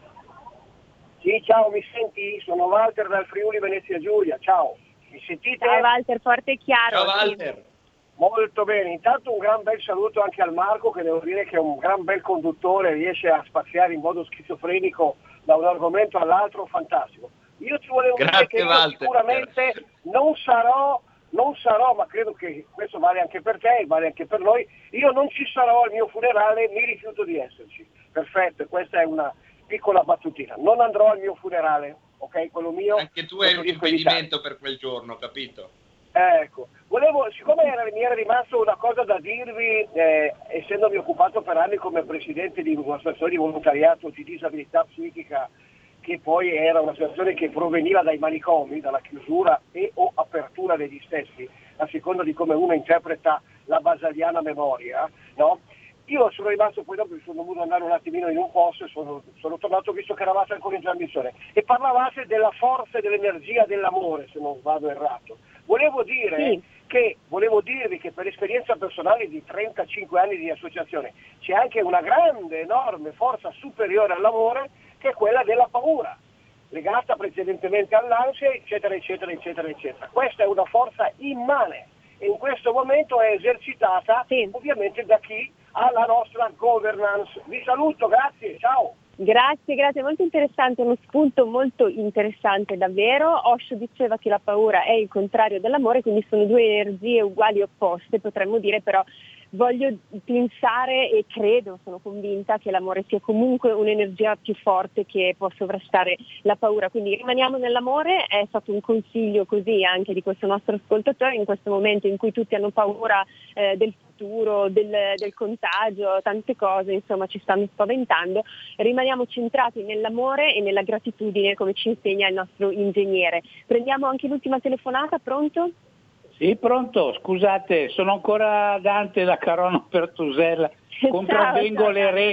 Sì, ciao, mi senti? Sono Walter dal Friuli Venezia Giulia, ciao. Mi sentite? Ciao Walter, forte e chiaro. Ciao Walter. Molto bene, intanto un gran bel saluto anche al Marco, che devo dire che è un gran bel conduttore, riesce a spaziare in modo schizofrenico da un argomento all'altro, fantastico. Io ti volevo dire che io sicuramente non sarò, ma credo che questo vale anche per te, vale anche per noi, io non ci sarò al mio funerale, mi rifiuto di esserci. Perfetto, questa è una piccola battutina. Non andrò al mio funerale, ok? Quello mio. Anche tu hai un impedimento per quel giorno, capito? Ecco, siccome mi era rimasto una cosa da dirvi, essendomi occupato per anni come presidente di un'associazione di volontariato di disabilità psichica, che poi era un'associazione che proveniva dai manicomi, dalla chiusura e o apertura degli stessi, a seconda di come uno interpreta la basaliana memoria, no? Io sono rimasto, poi dopo sono dovuto andare un attimino in un posto e sono tornato, visto che eravate ancora in trasmissione, e parlavate della forza e dell'energia dell'amore, se non vado errato. Volevo dirvi che per esperienza personale di 35 anni di associazione c'è anche una grande, enorme forza superiore all'amore, che è quella della paura, legata precedentemente all'ansia, eccetera, eccetera, eccetera, eccetera. Questa è una forza immane e in questo momento è esercitata ovviamente da chi ha la nostra governance. Vi saluto, grazie, ciao. Grazie, molto interessante, uno spunto molto interessante davvero. Osho diceva che la paura è il contrario dell'amore, quindi sono due energie uguali e opposte, potremmo dire, però voglio pensare e credo, sono convinta che l'amore sia comunque un'energia più forte che può sovrastare la paura, quindi rimaniamo nell'amore. È stato un consiglio così anche di questo nostro ascoltatore in questo momento in cui tutti hanno paura del futuro, del contagio, tante cose insomma ci stanno spaventando. Rimaniamo centrati nell'amore e nella gratitudine, come ci insegna il nostro ingegnere. Prendiamo anche l'ultima telefonata, pronto? Sì, pronto, scusate, sono ancora Dante da Carona Pertusella, contravvengo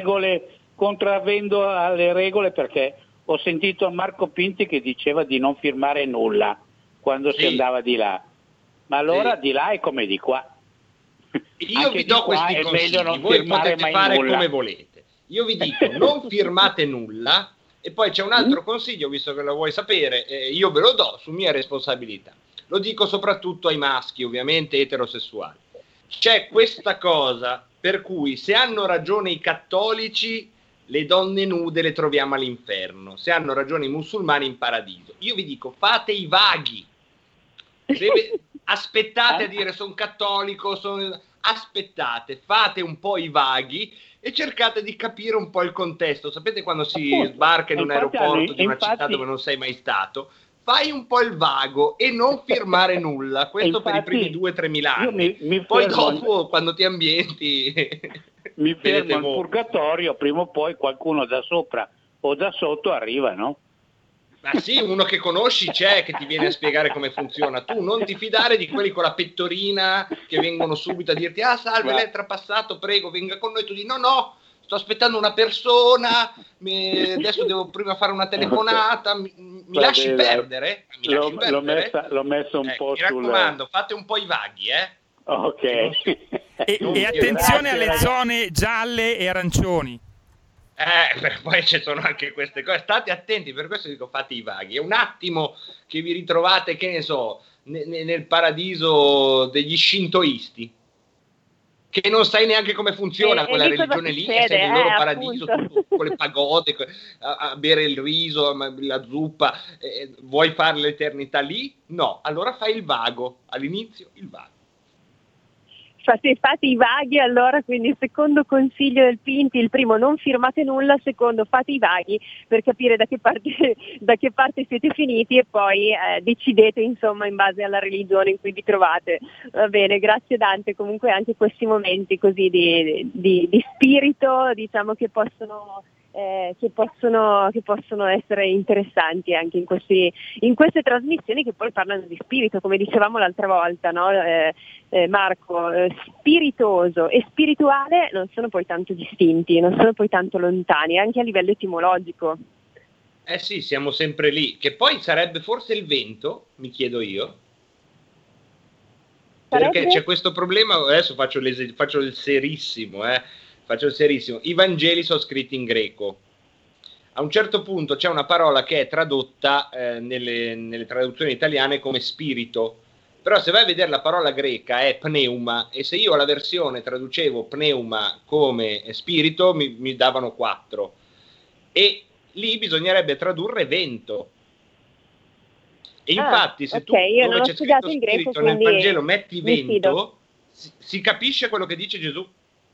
alle regole perché ho sentito Marco Pinti che diceva di non firmare nulla quando si andava di là, ma allora di là è come di qua. Io Anche vi do questi consigli, voi potete fare nulla. Come volete. Io vi dico, non firmate nulla, e poi c'è un altro consiglio, visto che lo vuoi sapere, io ve lo do su mia responsabilità. Lo dico soprattutto ai maschi, ovviamente eterosessuali. C'è questa cosa per cui se hanno ragione i cattolici, le donne nude le troviamo all'inferno. Se hanno ragione i musulmani, in paradiso. Io vi dico, fate i vaghi. Aspettate a dire sono cattolico, aspettate, fate un po' i vaghi e cercate di capire un po' il contesto. Sapete quando si sbarca in un aeroporto di una città dove non sei mai stato? Fai un po' il vago e non firmare nulla, questo per i primi 2-3.000 anni. Poi dopo, quando ti ambienti, mi fermo al purgatorio, prima o poi qualcuno da sopra o da sotto arriva, no? Ma sì, uno che conosci c'è che ti viene a spiegare come funziona. Tu non ti fidare di quelli con la pettorina che vengono subito a dirti salve, lei è trapassato, prego, venga con noi. Tu dici no, sto aspettando una persona, adesso devo prima fare una telefonata, mi lasci perdere? L'ho messo un po' mi raccomando, fate un po' i vaghi, Ok. E attenzione alle zone gialle e arancioni. Poi ci sono anche queste cose, state attenti, per questo dico fate i vaghi. È un attimo che vi ritrovate, che ne so, nel paradiso degli shintoisti, che non sai neanche come funziona quella religione lì, e sei nel loro paradiso con le pagode a bere il riso, la zuppa. Vuoi fare l'eternità lì? No, allora fai il vago, all'inizio il vago. Fate i vaghi allora, quindi il secondo consiglio del Pinti, il primo non firmate nulla, secondo fate i vaghi per capire da che parte siete finiti e poi decidete insomma in base alla religione in cui vi trovate. Va bene, grazie Dante, comunque anche questi momenti così di spirito diciamo che possono essere interessanti anche in queste trasmissioni che poi parlano di spirito, come dicevamo l'altra volta, no? Marco, spiritoso e spirituale non sono poi tanto distinti, non sono poi tanto lontani, anche a livello etimologico. Sì, siamo sempre lì, che poi sarebbe forse il vento, mi chiedo io. Perché c'è questo problema, adesso faccio il serissimo, i Vangeli sono scritti in greco. A un certo punto c'è una parola che è tradotta nelle traduzioni italiane come spirito, però se vai a vedere la parola greca è pneuma, e se io alla versione traducevo pneuma come spirito mi davano 4, e lì bisognerebbe tradurre vento. E infatti se tu dove c'è scritto spirito nel Vangelo metti vento, si capisce quello che dice Gesù.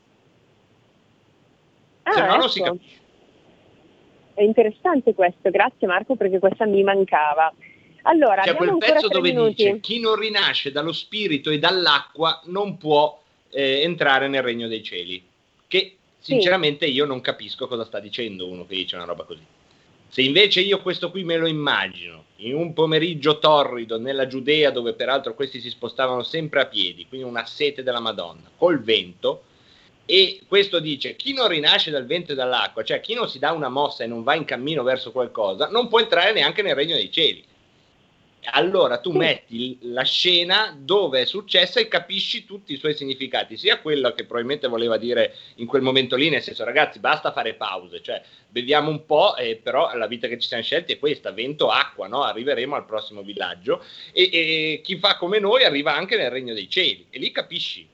Se no non si capisce. È interessante questo, grazie Marco perché questa mi mancava. Allora, c'è quel pezzo dove dice chi non rinasce dallo spirito e dall'acqua non può entrare nel regno dei cieli, che sinceramente io non capisco cosa sta dicendo uno che dice una roba così. Se invece io questo qui me lo immagino in un pomeriggio torrido nella Giudea, dove peraltro questi si spostavano sempre a piedi, quindi una sete della Madonna, col vento, e questo dice chi non rinasce dal vento e dall'acqua, cioè chi non si dà una mossa e non va in cammino verso qualcosa, non può entrare neanche nel regno dei cieli. Allora tu metti la scena dove è successa e capisci tutti i suoi significati, sia quello che probabilmente voleva dire in quel momento lì, nel senso ragazzi basta fare pause, cioè beviamo un po', però la vita che ci siamo scelti è questa, vento, acqua, no? Arriveremo al prossimo villaggio e chi fa come noi arriva anche nel regno dei cieli, e lì capisci.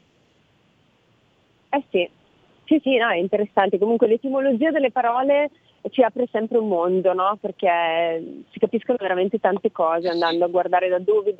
Sì, no, è interessante. Comunque l'etimologia delle parole ci apre sempre un mondo, no? Perché si capiscono veramente tante cose andando a guardare da dove derivano queste parole, il significato primario, diciamo, dei termini.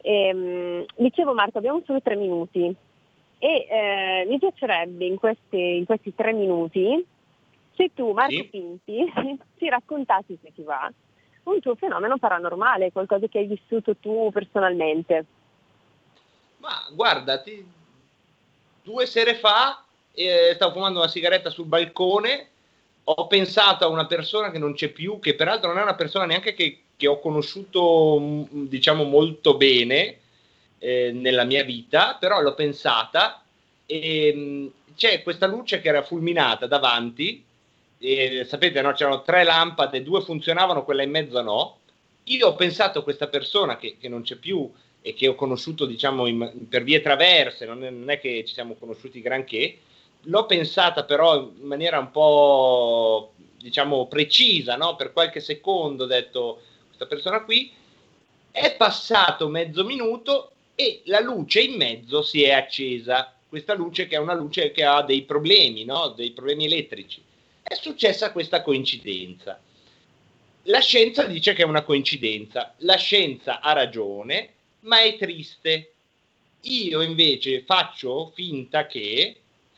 Dicevo Marco, abbiamo solo 3 minuti e mi piacerebbe in questi 3 minuti se tu, Marco Pinti, ci raccontassi, se ti va, un tuo fenomeno paranormale, qualcosa che hai vissuto tu personalmente. Ma guarda, 2 sere fa stavo fumando una sigaretta sul balcone, ho pensato a una persona che non c'è più, che peraltro non è una persona neanche che ho conosciuto, diciamo, molto bene nella mia vita, però l'ho pensata e c'è questa luce che era fulminata davanti, e, sapete, no? C'erano 3 lampade, 2 funzionavano, quella in mezzo no. Io ho pensato a questa persona che non c'è più e che ho conosciuto, diciamo, per vie traverse, non è che ci siamo conosciuti granché, l'ho pensata però in maniera un po', diciamo, precisa, no? Per qualche secondo ho detto, questa persona qui, è passato mezzo minuto e la luce in mezzo si è accesa, questa luce che è una luce che ha dei problemi, no? Dei problemi elettrici. È successa questa coincidenza. La scienza dice che è una coincidenza, la scienza ha ragione, ma è triste. Io invece facciamo finta che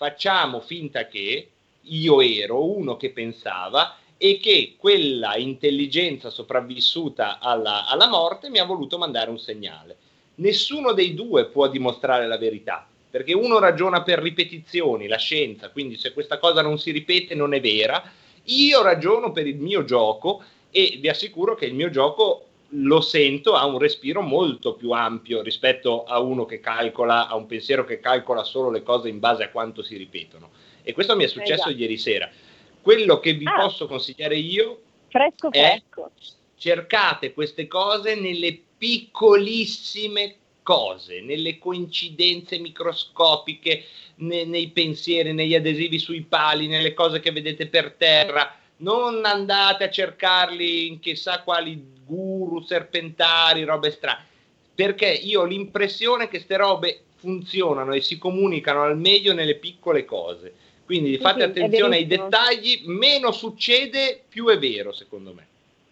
io ero uno che pensava e che quella intelligenza sopravvissuta alla morte mi ha voluto mandare un segnale. Nessuno dei 2 può dimostrare la verità, perché uno ragiona per ripetizioni, la scienza, quindi se questa cosa non si ripete non è vera. Io ragiono per il mio gioco e vi assicuro che il mio gioco lo sento, ha un respiro molto più ampio rispetto a uno che calcola, a un pensiero che calcola solo le cose in base a quanto si ripetono. E questo mi è successo ieri sera. Quello che vi posso consigliare io è cercate queste cose nelle piccolissime cose, nelle coincidenze microscopiche, nei pensieri, negli adesivi sui pali, nelle cose che vedete per terra. Non andate a cercarli in chissà quali guru, serpentari, robe strane, perché io ho l'impressione che ste robe funzionano e si comunicano al meglio nelle piccole cose. Quindi fate attenzione ai dettagli, meno succede, più è vero, secondo me.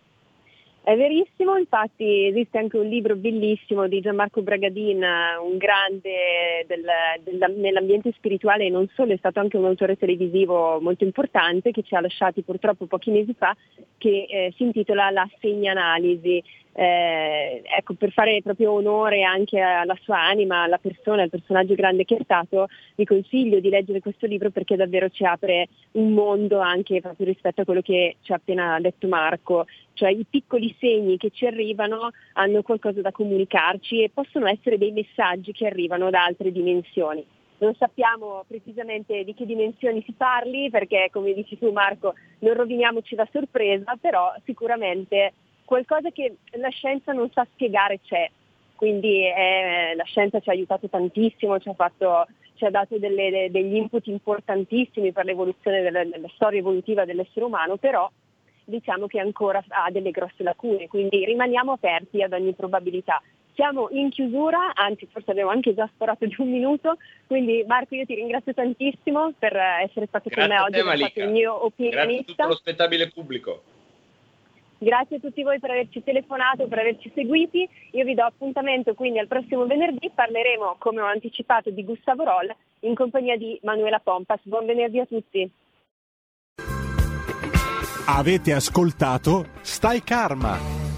È verissimo, infatti esiste anche un libro bellissimo di Gianmarco Bragadin, un grande nell'ambiente spirituale e non solo, è stato anche un autore televisivo molto importante che ci ha lasciati purtroppo pochi mesi fa, che si intitola La Segnanalisi. Ecco, per fare proprio onore anche alla sua anima, alla persona, al personaggio grande che è stato, vi consiglio di leggere questo libro perché davvero ci apre un mondo anche proprio rispetto a quello che ci ha appena detto Marco, cioè i piccoli segni che ci arrivano hanno qualcosa da comunicarci e possono essere dei messaggi che arrivano da altre dimensioni. Non sappiamo precisamente di che dimensioni si parli perché, come dici tu Marco, non roviniamoci la sorpresa, però sicuramente qualcosa che la scienza non sa spiegare c'è, quindi la scienza ci ha aiutato tantissimo, ci ha dato degli input importantissimi per l'evoluzione della storia evolutiva dell'essere umano, però diciamo che ancora ha delle grosse lacune, quindi rimaniamo aperti ad ogni probabilità. Siamo in chiusura, anzi forse abbiamo anche già sforato di 1 minuto, quindi Marco io ti ringrazio tantissimo per essere stato con me oggi, per fatto il mio opinionista. Grazie a tutto lo spettabile pubblico. Grazie a tutti voi per averci telefonato, per averci seguiti. Io vi do appuntamento quindi al prossimo venerdì. Parleremo, come ho anticipato, di Gustavo Roll in compagnia di Manuela Pompas. Buon venerdì a tutti. Avete ascoltato Stai Karma.